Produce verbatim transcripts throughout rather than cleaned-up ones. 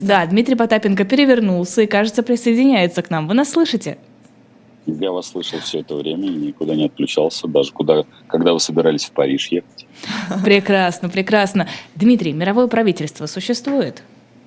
Да, Дмитрий Потапенко перевернулся и, кажется, присоединяется к нам. Вы нас слышите? Я вас слышал все это время и никуда не отключался, даже куда, когда вы собирались в Париж ехать. Прекрасно, прекрасно. Дмитрий, мировое правительство существует?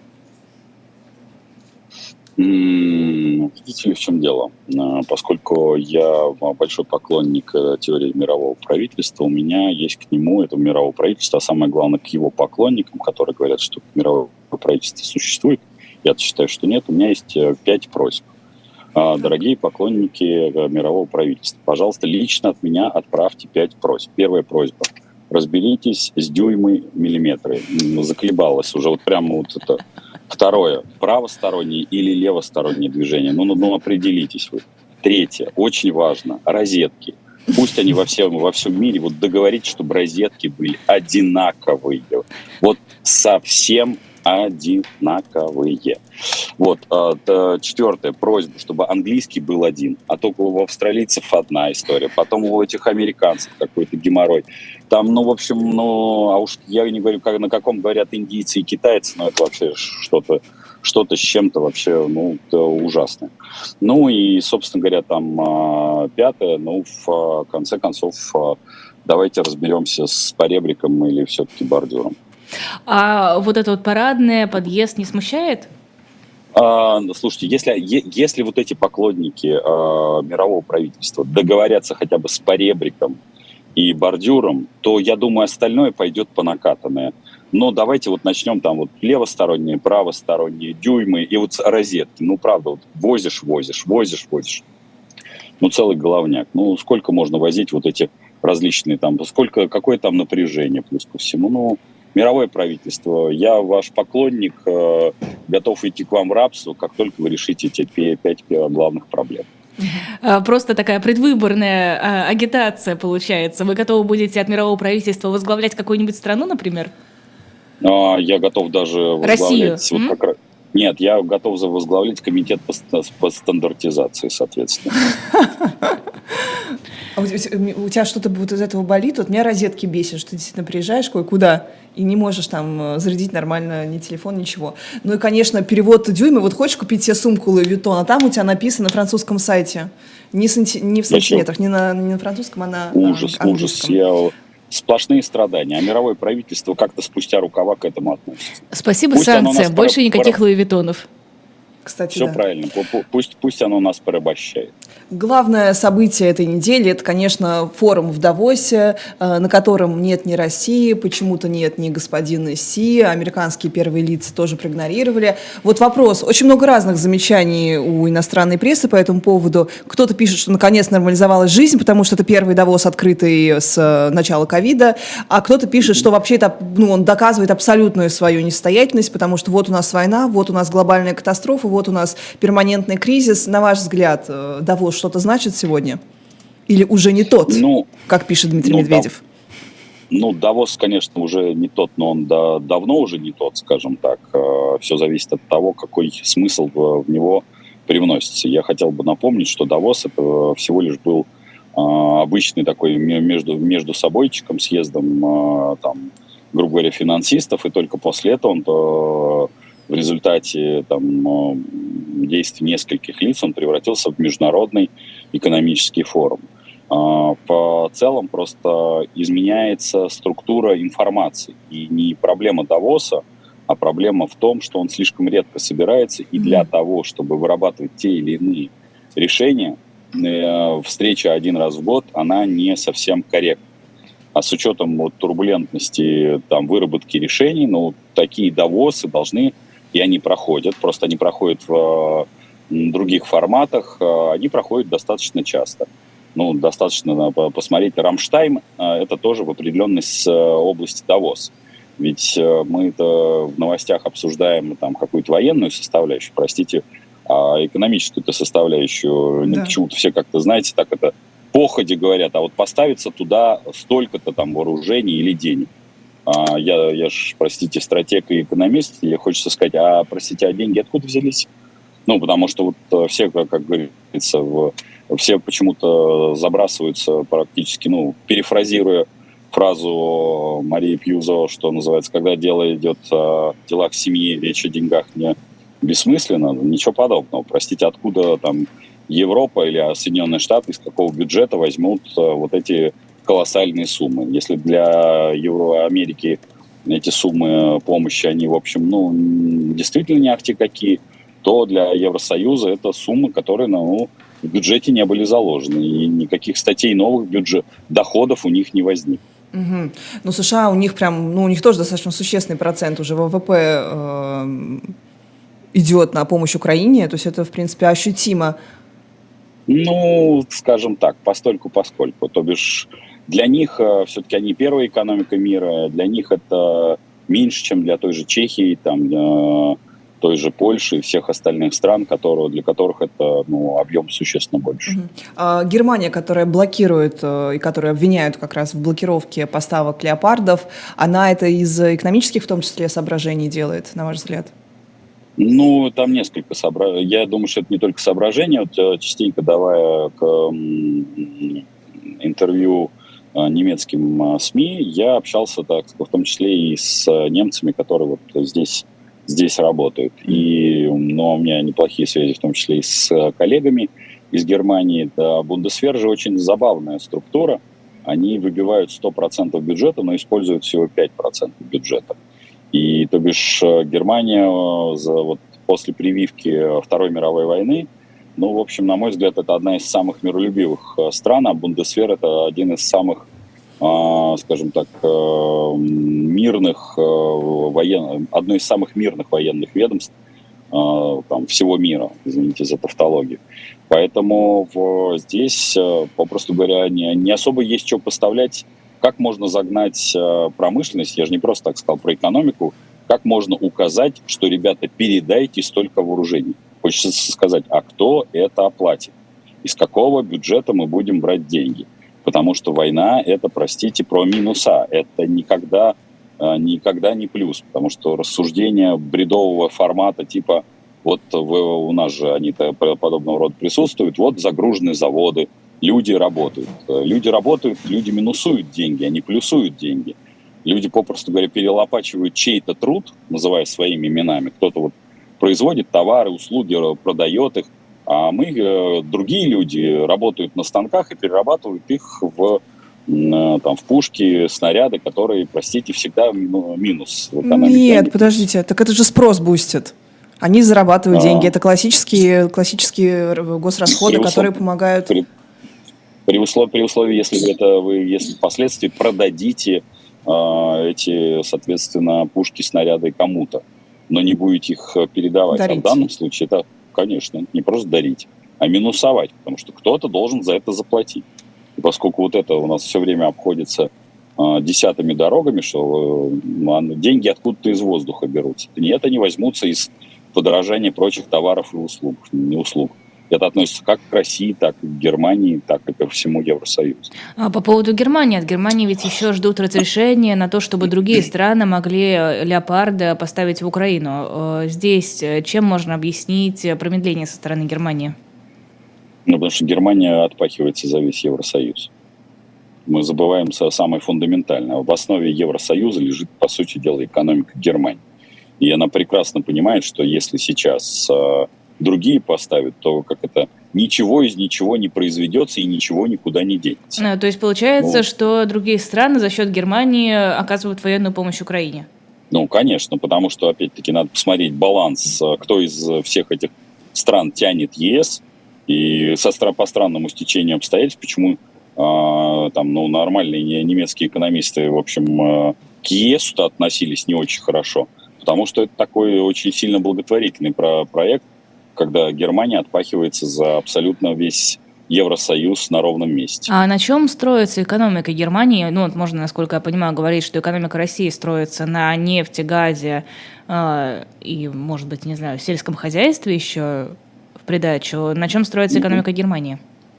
М, Видите ли, в чем дело? А, Поскольку я большой поклонник э, теории мирового правительства, у меня есть к нему, этому мирового правительства, а самое главное, к его поклонникам, которые говорят, что мировое правительство существует, я считаю, что нет, у меня есть э, пять просьб. А, Дорогие поклонники э, мирового правительства, пожалуйста, лично от меня отправьте пять просьб. Первая просьба. Разберитесь с дюймы миллиметры. М, Заколебалось уже вот прямо вот это. Второе. Правостороннее или левостороннее движение. Ну, ну, ну, определитесь вы. Третье. Очень важно. Розетки. Пусть они во всем, во всем мире, вот договоритесь, чтобы розетки были одинаковые. Вот совсем одинаковые. Вот. а, т- Четвертая просьба, чтобы английский был один. А то у австралийцев одна история. Потом у этих американцев какой-то геморрой. Там, ну, в общем, ну, а уж я не говорю, как, на каком говорят индийцы и китайцы, но это вообще что-то, что-то с чем-то вообще, ну, это ужасное. Ну и, собственно говоря, там а, пятое, ну, в а, конце концов, а, давайте разберемся с поребриком или все-таки бордюром. А вот это вот парадное, подъезд не смущает? А, ну, слушайте, если, е- если вот эти поклонники а, мирового правительства договорятся хотя бы с поребриком и бордюром, то, я думаю, остальное пойдет по накатанной. Но давайте вот начнем там вот левосторонние, правосторонние, дюймы и вот с розетки. Ну, правда, вот возишь, возишь, возишь, возишь. Ну, целый головняк. Ну, сколько можно возить вот эти различные там, сколько, какое там напряжение плюс ко всему. Ну, мировое правительство, я ваш поклонник, э, готов идти к вам в рабство, как только вы решите эти пе- пять пе- главных проблем. А, Просто такая предвыборная а, агитация получается. Вы готовы будете от мирового правительства возглавлять какую-нибудь страну, например? А, Я готов даже Россию? возглавлять, вот М? как раз... Нет, я готов за- возглавлять комитет по, ста- по стандартизации, соответственно. А у, те- у тебя что-то вот из этого болит? Вот меня розетки бесит, что ты действительно приезжаешь кое-куда и не можешь там э, зарядить нормально ни телефон, ничего. Ну и, конечно, перевод дюйма. Вот хочешь купить себе сумку Луи Vuitton, а там у тебя написано на французском сайте. Не, санти- не в Вообще сантиметрах, не на, не на французском, а на ужас, а, ужас. английском. Я... Сплошные страдания. А мировое правительство как-то спустя рукава к этому относится. Спасибо, Пусть оно санкция. нас пора, Больше никаких Луи Виттонов. Кстати, все да. правильно. Пу- пу- Пусть, пусть оно нас порабощает. Главное событие этой недели – это, конечно, форум в Давосе, э, на котором нет ни России, почему-то нет ни господина Си, американские первые лица тоже проигнорировали. Вот вопрос. Очень много разных замечаний у иностранной прессы по этому поводу. Кто-то пишет, что наконец нормализовалась жизнь, потому что это первый Давос, открытый с э, начала ковида, а кто-то пишет, что вообще это, ну, он доказывает абсолютную свою несостоятельность, потому что вот у нас война, вот у нас глобальная катастрофа, вот у нас перманентный кризис. На ваш взгляд, э, Давос что-то значит сегодня? Или уже не тот, Ну, как пишет Дмитрий ну, Медведев? Ну, Давос, конечно, уже не тот, но он да, давно уже не тот, скажем так. Все зависит от того, какой смысл в, в него привносится. Я хотел бы напомнить, что Давос это всего лишь был а, обычный такой ме- между, между собойчиком, съездом, а, там, грубо говоря, финансистов, и только после этого он а, в результате там, а, действий нескольких лиц он превратился в международный экономический форум. А, По целом просто изменяется структура информации. И не проблема Давоса, а проблема в том, что он слишком редко собирается, и для Мгм. того, чтобы вырабатывать те или иные решения, э, встреча один раз в год, она не совсем корректна. А с учетом вот, турбулентности там, выработки решений, ну, такие Давосы должны, и они проходят, просто они проходят в э, м, других форматах, э, они проходят достаточно часто. Ну, достаточно э, посмотреть Рамштайн, э, это тоже в определенной с, э, области Давос. Ведь э, мы это в новостях обсуждаем там какую-то военную составляющую, простите, а экономическую-то составляющую ну, Да. почему-то все как-то, знаете, так это походе говорят, а вот поставится туда столько-то там вооружений или денег. А, я, я ж, простите, стратег и экономист, и хочется сказать, а, простите, а деньги откуда взялись? Ну, потому что вот э, все, как, как говорится, в, все почему-то забрасываются практически, ну, перефразируя фразу Марии Пьюзо, что называется, когда дело идет о делах семьи, речь о деньгах не бессмысленно, ничего подобного. Простите, откуда там Европа или Соединенные Штаты, из какого бюджета возьмут вот эти колоссальные суммы? Если для Евро Америки эти суммы помощи, они, в общем, ну, действительно не ахти какие, то для Евросоюза это суммы, которые, ну, в бюджете не были заложены, и никаких статей новых бюджет доходов у них не возникло. Угу. Ну, США у них прям, ну, у них тоже достаточно существенный процент уже ВВП э, идет на помощь Украине, то есть это, в принципе, ощутимо. Ну, скажем так, постольку-поскольку. То бишь для них э, все-таки они первая экономика мира, для них это меньше, чем для той же Чехии, там, э, той же Польши и всех остальных стран, которые, для которых это, ну, объем существенно больше. Угу. А Германия, которая блокирует э, и которую обвиняют как раз в блокировке поставок леопардов, она это из экономических, в том числе, соображений делает, на ваш взгляд? Ну, там несколько соображений. Я думаю, что это не только соображения. Вот, частенько давая к интервью немецким СМИ, я общался, так, в том числе и с немцами, которые вот здесь, здесь работают. И, ну, у меня неплохие связи, в том числе и с коллегами из Германии. Да, Бундесвер же очень забавная структура. Они выбивают сто процентов бюджета, но используют всего пять процентов бюджета. И, то бишь, Германия за, вот, после прививки Второй мировой войны, ну, в общем, на мой взгляд, это одна из самых миролюбивых стран, а Бундесвер – это один из самых, э, скажем так, э, мирных, э, воен... одно из самых мирных военных ведомств э, там, всего мира, извините за тавтологию. Поэтому в, здесь, э, попросту говоря, не, не особо есть что поставлять. Как можно загнать э, промышленность, я же не просто так сказал про экономику, как можно указать, что, ребята, передайте столько вооружений. Хочется сказать, а кто это оплатит? Из какого бюджета мы будем брать деньги? Потому что война – это, простите, про минуса. Это никогда, э, никогда не плюс. Потому что рассуждения бредового формата типа, вот вы, у нас же они-то подобного рода присутствуют, вот загружены заводы, люди работают. Люди работают, люди минусуют деньги, они плюсуют деньги. Люди, попросту говоря, перелопачивают чей-то труд, называя своими именами. Кто-то вот производит товары, услуги, продает их, а мы, другие люди, работают на станках и перерабатывают их в, там, в пушки, снаряды, которые, простите, всегда минус в экономике. Нет, подождите, так это же спрос бустит. Они зарабатывают а, деньги. Это классические, классические госрасходы, которые услов... помогают... При... При условии, при условии, если это вы, если впоследствии продадите э, эти, соответственно, пушки, снаряды кому-то, но не будете их передавать. Дарить. А в данном случае это, конечно, не просто дарить, а минусовать, потому что кто-то должен за это заплатить. И поскольку вот это у нас все время обходится э, десятыми дорогами, что э, деньги откуда-то из воздуха берутся. Нет, они возьмутся из подорожания прочих товаров и услуг, не услуг. Это относится как к России, так и к Германии, так и ко всему Евросоюзу. А по поводу Германии. От Германии ведь еще ждут разрешения на то, чтобы другие страны могли леопарда поставить в Украину. Здесь чем можно объяснить промедление со стороны Германии? Ну, потому что Германия отпахивается за весь Евросоюз. Мы забываем самое фундаментальное. В основе Евросоюза лежит, по сути дела, экономика Германии. И она прекрасно понимает, что если сейчас... другие поставят, то как это ничего из ничего не произведется и ничего никуда не денется. Ну, то есть получается, ну, что другие страны за счет Германии оказывают военную помощь Украине? Ну, конечно, потому что, опять-таки, надо посмотреть баланс, кто из всех этих стран тянет ЕС, и со, по странному стечению обстоятельств, почему э, там, ну, нормальные немецкие экономисты, в общем, э, к ЕСу-то относились не очень хорошо, потому что это такой очень сильно благотворительный про- проект, когда Германия отпахивается за абсолютно весь Евросоюз на ровном месте. А на чем строится экономика Германии? Ну, вот можно, насколько я понимаю, говорить, что экономика России строится на нефти, газе э, и, может быть, не знаю, сельском хозяйстве еще в придачу. На чем строится экономика mm-hmm. Германии?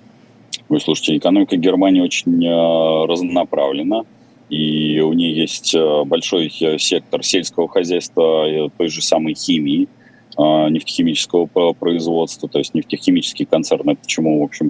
Вы слушайте, экономика Германии очень э, разнонаправлена, и у нее есть большой сектор сельского хозяйства, той же самой химии, нефтехимического производства, то есть нефтехимический концерн, это почему, в общем,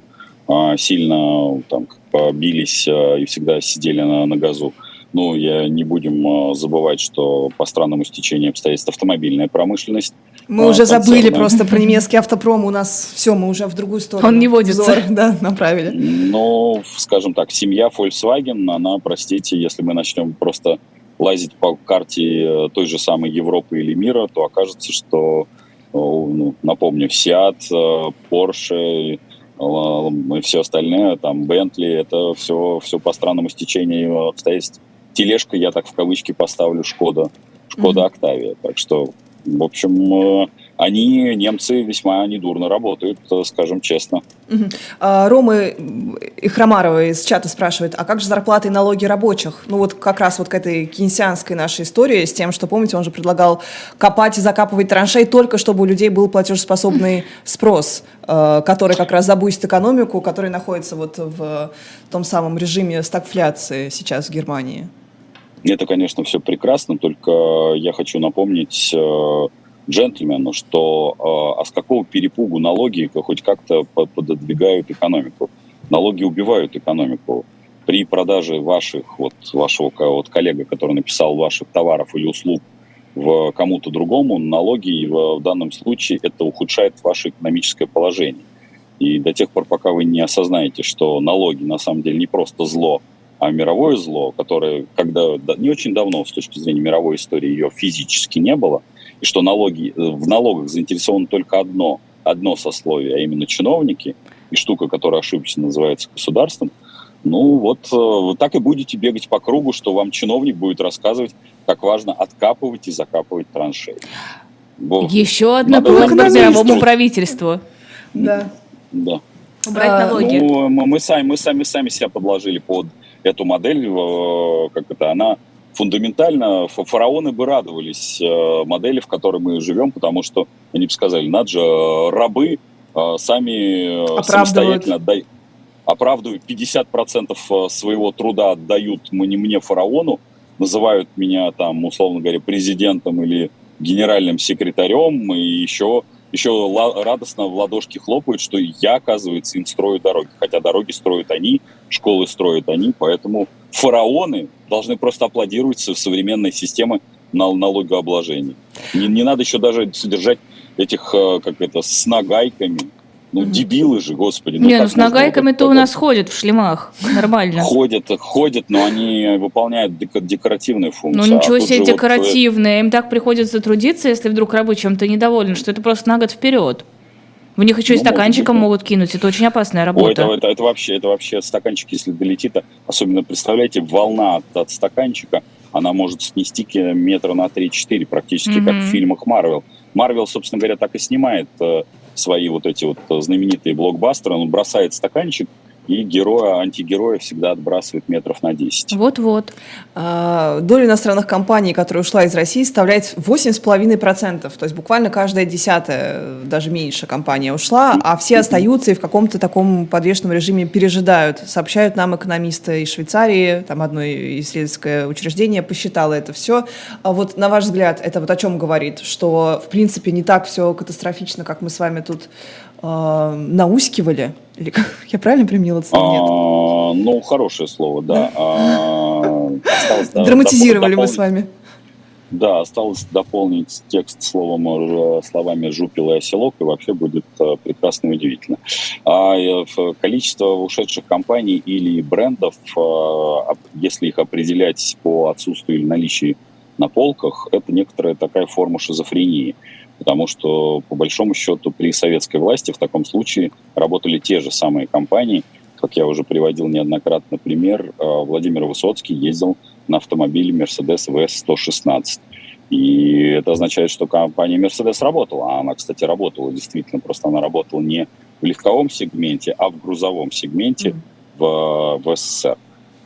а, сильно там бились а, и всегда сидели на, на газу. Ну, я не будем а, забывать, что по странному стечению обстоятельств автомобильная промышленность. Мы а, уже забыли концерны. просто про немецкий автопром, у нас все, мы уже в другую сторону. Он не водится. Взор, да, направили. Ну, скажем так, семья Volkswagen, она, простите, если мы начнем просто лазить по карте той же самой Европы или мира, то окажется, что, ну, напомню, Seat, Porsche и все остальное, там, Bentley, это все, все по странному стечению обстоятельств. Тележка, я так в кавычки поставлю, Шкода, Шкода mm-hmm. Октавия. Так что, в общем, они, немцы, весьма недурно работают, скажем честно. Угу. А, Рома Ихрамарова из чата спрашивает, а как же зарплаты и налоги рабочих? Ну вот как раз вот к этой кейнсианской нашей истории с тем, что, помните, он же предлагал копать и закапывать траншеи только чтобы у людей был платежеспособный спрос, который как раз забустит экономику, который находится вот в том самом режиме стагфляции сейчас в Германии. Это, конечно, все прекрасно, только я хочу напомнить джентльмену, что а с какого перепугу налоги хоть как-то пододвигают экономику. Налоги убивают экономику. При продаже ваших, вот, вашего вот, коллега, который написал ваших товаров или услуг в кому-то другому, налоги в данном случае это ухудшает ваше экономическое положение. И до тех пор, пока вы не осознаете, что налоги на самом деле не просто зло, а мировое зло, которое когда не очень давно с точки зрения мировой истории ее физически не было, и что налоги, в налогах заинтересовано только одно, одно сословие, а именно чиновники, и штука, которая ошибочно называется государством, ну вот вы так и будете бегать по кругу, что вам чиновник будет рассказывать, как важно откапывать и закапывать траншеи. Еще одна просьба мировому правительству. Да. Да. Убрать налоги. Ну, мы сами, мы сами, сами себя подложили под эту модель, как это, она фундаментально, фараоны бы радовались модели, в которой мы живем, потому что они бы сказали, надо же, рабы сами самостоятельно отдают, оправдывают пятьдесят процентов своего труда отдают мне, мне, фараону, называют меня там, условно говоря, президентом или генеральным секретарем, и еще... еще радостно в ладошки хлопают, что я, оказывается, им строю дороги. Хотя дороги строят они, школы строят они, поэтому фараоны должны просто аплодировать современной системы налогообложения. Не, не надо еще даже содержать этих, как это, с нагайками. Ну, mm-hmm. дебилы же, господи. Ну, не, ну с нагайками-то вот, у нас ходят в шлемах, нормально. Ходят, ходят, но они выполняют декоративную функцию. Ну ничего а себе декоративные, вот... им так приходится трудиться, если вдруг рабы чем-то недовольны, что это просто на год вперед. В них еще и ну, стаканчиком могут кинуть, это очень опасная работа. Ой, это, это, это, вообще, это вообще стаканчик, если долетит, особенно, представляете, волна от, от стаканчика, она может снести метра на три-четыре практически, mm-hmm. как в фильмах Марвел. Марвел, собственно говоря, так и снимает свои вот эти вот знаменитые блокбастеры, он бросает стаканчик, и героя, антигероя всегда отбрасывает метров на десять. Вот-вот. А, доля иностранных компаний, которая ушла из России, составляет восемь целых пять десятых процента. То есть буквально каждая десятая, даже меньше компания ушла, а все остаются и в каком-то таком подвешенном режиме пережидают. Сообщают нам экономисты из Швейцарии, там одно исследовательское учреждение посчитало это все. А вот на ваш взгляд, это вот о чем говорит? Что, в принципе, не так все катастрофично, как мы с вами тут э, наускивали? Или я правильно применила это слово? Нет. А, ну, хорошее слово, да. А, осталось, Драматизировали допол- мы с вами. Да, осталось дополнить текст словом, словами «жупел» и «оселок», и вообще будет а, прекрасно и удивительно. А, количество ушедших компаний или брендов, а, если их определять по отсутствию или наличию на полках, это некоторая такая форма шизофрении. Потому что, по большому счету, при советской власти в таком случае работали те же самые компании. Как я уже приводил неоднократно пример, Владимир Высоцкий ездил на автомобиле Mercedes ви эс сто шестнадцать. И это означает, что компания Mercedes работала. А она, кстати, работала действительно. Просто она работала не в легковом сегменте, а в грузовом сегменте mm. в, в СССР.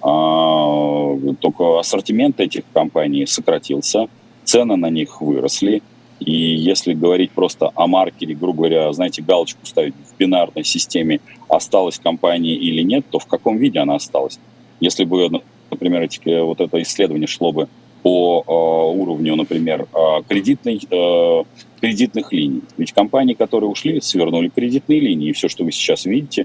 А, только ассортимент этих компаний сократился, цены на них выросли. И если говорить просто о маркере, грубо говоря, знаете, галочку ставить в бинарной системе, осталась компания или нет, то в каком виде она осталась? Если бы, например, эти, вот это исследование шло бы по э, уровню, например, э, кредитной, э, кредитных линий. Ведь компании, которые ушли, свернули кредитные линии. И все, что вы сейчас видите,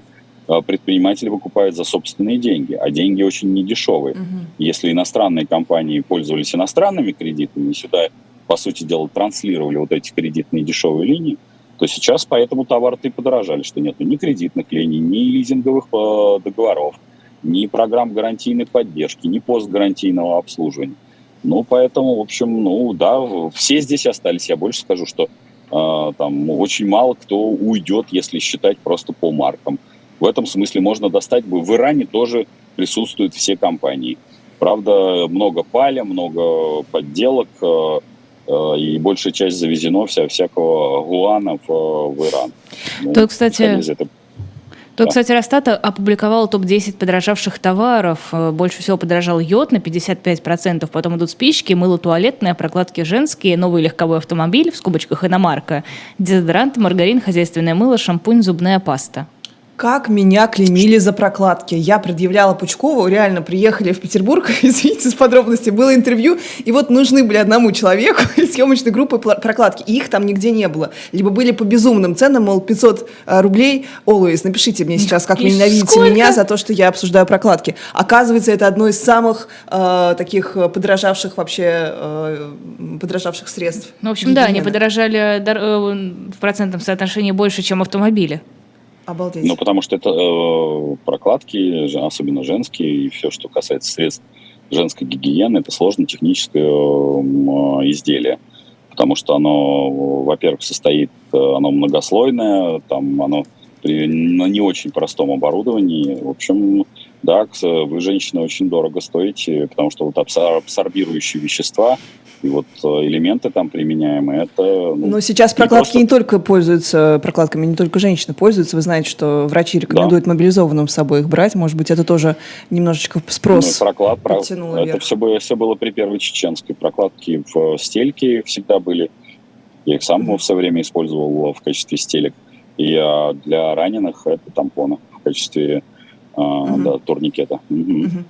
э, предприниматели выкупают за собственные деньги, а деньги очень недешевые. Мгм. Если иностранные компании пользовались иностранными кредитами, и сюда, по сути дела, транслировали вот эти кредитные дешевые линии, то сейчас поэтому товары-то и подорожали, что нет ни кредитных линий, ни лизинговых э, договоров, ни программ гарантийной поддержки, ни постгарантийного обслуживания. Ну, поэтому, в общем, ну, да, все здесь остались. Я больше скажу, что э, там очень мало кто уйдет, если считать просто по маркам. В этом смысле можно достать, в Иране тоже присутствуют все компании. Правда, много паля, много подделок, э, э, и большая часть завезено вся, всякого гуана в, в Иран. Ну, Тут, кстати, исходя из этого- Тут, Да. кстати, Росстат опубликовал топ десять подорожавших товаров. Э, Больше всего подорожал йод на пятьдесят пять процентов, потом идут спички, мыло туалетное, прокладки женские, новый легковой автомобиль, в скобочках иномарка, дезодорант, маргарин, хозяйственное мыло, шампунь, зубная паста. Как меня клеймили за прокладки. Я предъявляла Пучкову, реально приехали в Петербург, извините, с подробностями, было интервью, и вот нужны были одному человеку из съемочной группы пла- прокладки, и их там нигде не было. Либо были по безумным ценам, мол, пятьсот э, рублей. Always, напишите мне сейчас, как вы И ненавидите сколько? меня за то, что я обсуждаю прокладки. Оказывается, это одно из самых э, таких э, подорожавших вообще, э, подорожавших средств. Ну, в общем, да, они гигиены. подорожали дор- э, в процентном соотношении больше, чем автомобили. Обалдеть. Ну, потому что это э, прокладки, же- особенно женские, и все, что касается средств женской гигиены, это сложное техническое э, м, изделие. Потому что оно, во-первых, состоит, э, оно многослойное, там оно при, на не очень простом оборудовании. В общем, да, к- вы, женщины, очень дорого стоите, потому что вот абсор- абсорбирующие вещества и вот э, элементы там применяемые, это... ну, Но сейчас не прокладки просто- не только пользуются прокладками, не только женщины пользуются. Вы знаете, что врачи рекомендуют мобилизованным с собой их брать. Может быть, это тоже немножечко спрос Ну, проклад, про- подтянуло это вверх. все было, все было при первой чеченской. Прокладки в стельке всегда были. Я их сам Мгм. в свое время использовал в качестве стелек. И а, для раненых это тампоны в качестве а, Мгм. да, турникета. Мгм. Мгм.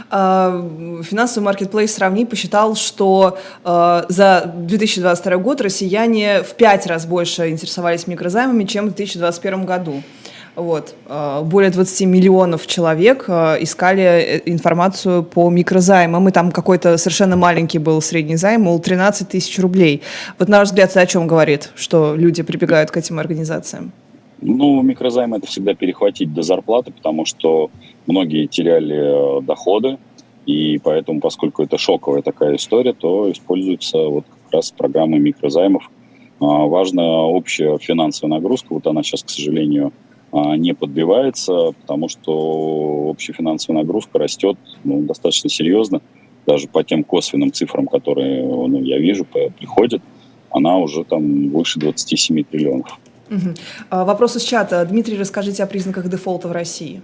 А, Финансовый маркетплейс «Сравни» посчитал, что а, за две тысячи двадцать второй год россияне в пять раз больше интересовались микрозаймами, чем в две тысячи двадцать первом году. Вот. А, Более двадцать миллионов человек а, искали э, информацию по микрозаймам, и там какой-то совершенно маленький был средний займ, мол, тринадцать тысяч рублей. Вот, на ваш взгляд, это о чем говорит, что люди прибегают к этим организациям? Ну, микрозайм это всегда перехватить до зарплаты, потому что многие теряли э, доходы, и поэтому, поскольку это шоковая такая история, то используются вот как раз программы микрозаймов. А, важна общая финансовая нагрузка, вот она сейчас, к сожалению, а, не подбивается, потому что общая финансовая нагрузка растет ну, достаточно серьезно, даже по тем косвенным цифрам, которые ну, я вижу, по- приходят, она уже там выше двадцать семь триллионов. Мгм. А, Вопрос из чата. Дмитрий, расскажите о признаках дефолта в России.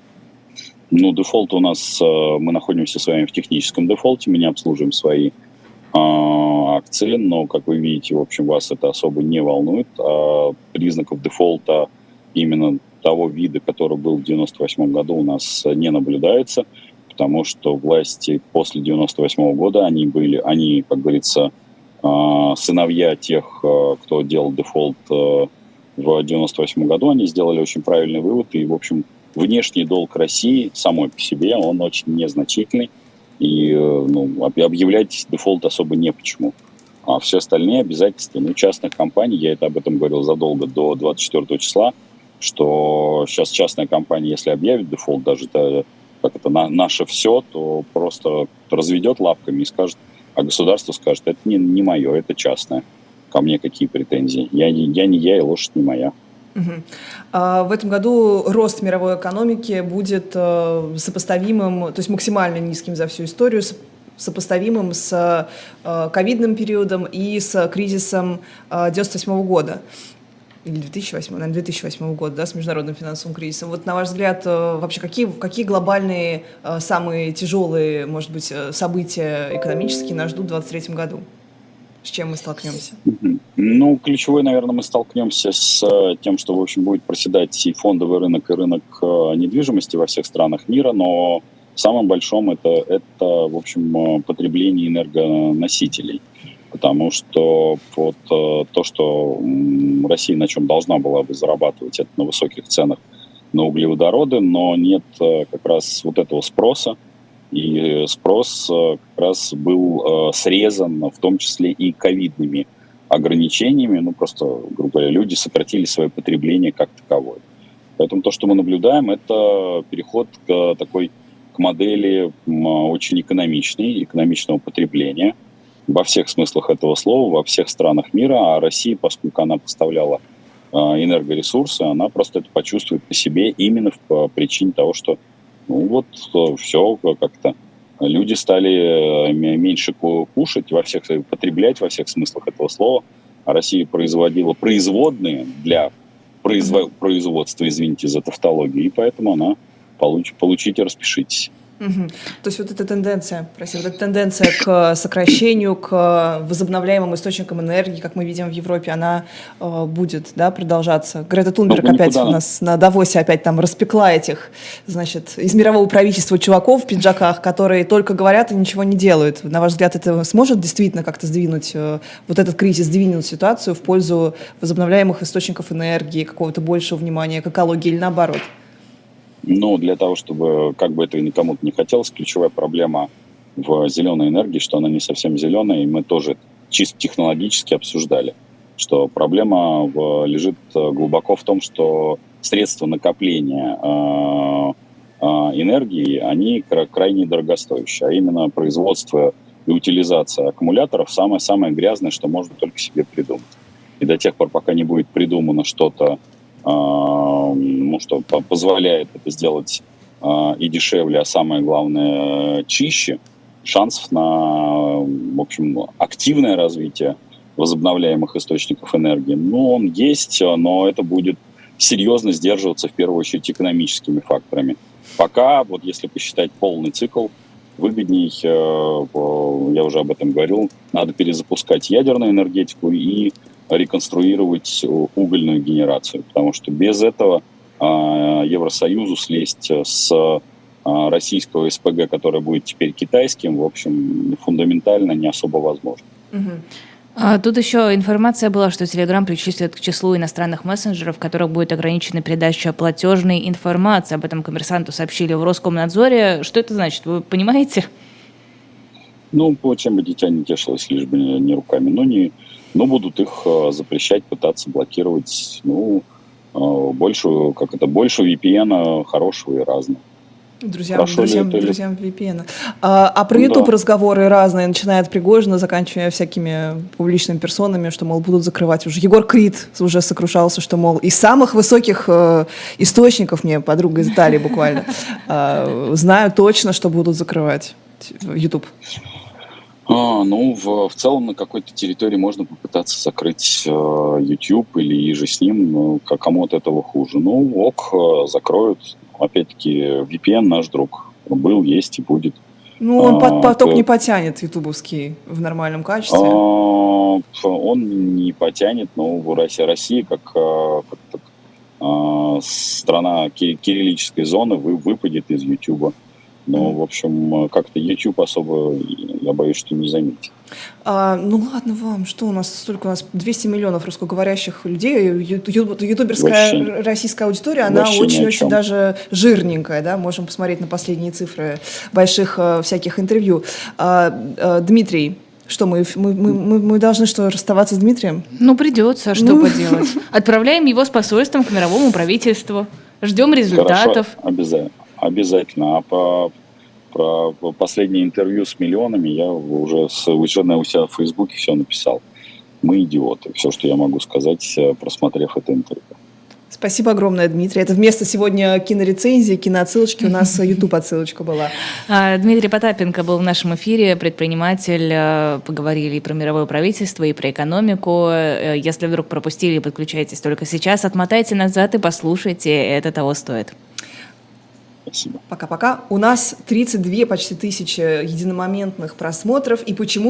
Ну, дефолт у нас, э, мы находимся с вами в техническом дефолте, мы не обслуживаем свои а, акции, но, как вы видите, в общем, вас это особо не волнует. А признаков дефолта именно того вида, который был в девяносто восьмом году, у нас не наблюдается, потому что власти после девяносто восьмого года, они были, они, как говорится, а, сыновья тех, а, кто делал дефолт а, в девяносто восьмом году, они сделали очень правильный вывод, и, в общем, внешний долг России самой по себе, он очень незначительный, и э, ну, об- объявлять дефолт особо не почему. А все остальные обязательства, ну, частных компаний, я это об этом говорил задолго до двадцать четвёртого числа, что сейчас частная компания, если объявит дефолт, даже это, как это на, наше все, то просто разведет лапками и скажет, а государство скажет, это не, не мое, это частное. Ко мне какие претензии? Я, не- я не я, и лошадь не моя. Мгм. А, В этом году рост мировой экономики будет э, сопоставимым, то есть максимально низким за всю историю, с- сопоставимым с э, ковидным периодом и с кризисом э, девяносто восьмого года. Или две тысячи восьмого, наверное, две тысячи восьмого года, да, с международным финансовым кризисом. Вот, на ваш взгляд, э, вообще какие, какие глобальные, э, самые тяжелые, может быть, э, события экономические нас ждут в двадцать третьем году? С чем мы столкнемся? Мгм. Ну, ключевой, наверное, мы столкнемся с э, тем, что, в общем, будет проседать и фондовый рынок, и рынок э, недвижимости во всех странах мира, но самым большим это, это, в общем, э, потребление энергоносителей. Потому что вот э, то, что м, Россия на чем должна была бы зарабатывать, это на высоких ценах на углеводороды, но нет э, как раз вот этого спроса. И спрос э, как раз был э, срезан, в том числе и ковидными ограничениями. Ну, просто, грубо говоря, люди сократили свое потребление как таковое. Поэтому то, что мы наблюдаем, это переход к такой к модели очень экономичной, экономичного потребления во всех смыслах этого слова, во всех странах мира. А Россия, поскольку она поставляла э, энергоресурсы, она просто это почувствует по себе именно по причине того, что ну вот все как-то люди стали меньше кушать, во всех, потреблять во всех смыслах этого слова. А Россия производила производные для производ, производства, извините за тавтологию, и поэтому она получ, получите, распишитесь. Угу. То есть вот эта тенденция, прости, вот эта тенденция к сокращению, к возобновляемым источникам энергии, как мы видим в Европе, она э, будет, да, продолжаться. Грета Тунберг ну, опять у нас на Давосе опять там распекла этих, значит, из мирового правительства чуваков в пиджаках, которые только говорят и ничего не делают. На ваш взгляд, это сможет действительно как-то сдвинуть, э, вот этот кризис, сдвинуть ситуацию в пользу возобновляемых источников энергии, какого-то большего внимания к экологии или наоборот? Ну, для того, чтобы, как бы это никому-то не хотелось, ключевая проблема в зеленой энергии, что она не совсем зеленая, и мы тоже чисто технологически обсуждали, что проблема в, лежит глубоко в том, что средства накопления э, э, энергии, они крайне дорогостоящие, а именно производство и утилизация аккумуляторов самое-самое грязное, что можно только себе придумать. И до тех пор, пока не будет придумано что-то, ну, что позволяет это сделать э, и дешевле, а самое главное, чище, шансов на, в общем, активное развитие возобновляемых источников энергии, ну, он есть, но это будет серьезно сдерживаться в первую очередь экономическими факторами. Пока, вот если посчитать полный цикл, выгодней, э, я уже об этом говорил, надо перезапускать ядерную энергетику и реконструировать угольную генерацию, потому что без этого э, Евросоюзу слезть с э, российского СПГ, которое будет теперь китайским, в общем, фундаментально не особо возможно. Угу. А тут еще информация была, что Telegram причислят к числу иностранных мессенджеров, в которых будет ограничена передача платежной информации. Об этом «Коммерсанту» сообщили в Роскомнадзоре. Что это значит? Вы понимаете? Ну, чем бы дитя не тешилось, лишь бы не руками, но не... Ну, будут их э, запрещать, пытаться блокировать, ну, э, больше, как это, больше ви пи эн хорошего и разного. Друзьям, друзьям, друзьям ви пи эн. А, а про YouTube да. разговоры разные, начиная от Пригожина, заканчивая всякими публичными персонами, что, мол, будут закрывать уже. Егор Крид уже сокрушался, что, мол, из самых высоких э, источников, мне подруга из Италии буквально, э, знаю точно, что будут закрывать YouTube. А, ну, в, в целом на какой-то территории можно попытаться закрыть э, YouTube или же с ним, ну, кому от этого хуже. Ну, ок, э, закроют. Опять-таки, ви пи эн наш друг. Был, есть и будет. Ну, он а, поток то... не потянет ютубовский в нормальном качестве. А, он не потянет, но в России, Россия как, как, как а, страна кириллической зоны вы, выпадет из Ютуба. Но, в общем, как-то YouTube особо, я боюсь, что не заметит. А, ну ладно вам, что у нас столько, у нас двести миллионов русскоговорящих людей, ю, ю, ютуберская вообще, российская аудитория, она очень-очень даже жирненькая, да, можем посмотреть на последние цифры больших а, всяких интервью. А, а, Дмитрий, что мы, мы, мы, мы должны что, расставаться с Дмитрием? Ну, придется, что ну. поделать. Отправляем его с посольством к мировому правительству, ждем результатов. Хорошо, обязательно. Обязательно. А по, про последнее интервью с миллионами я уже с, уже у себя в Фейсбуке все написал. Мы идиоты. Все, что я могу сказать, просмотрев это интервью. Спасибо огромное, Дмитрий. Это вместо сегодня кинорецензии, киноотсылочки у нас YouTube-отсылочка была. Дмитрий Потапенко был в нашем эфире, предприниматель. Поговорили и про мировое правительство, и про экономику. Если вдруг пропустили, подключайтесь только сейчас. Отмотайте назад и послушайте. Это того стоит. Спасибо. Пока-пока. У нас тридцать две почти тысячи единомоментных просмотров, и почему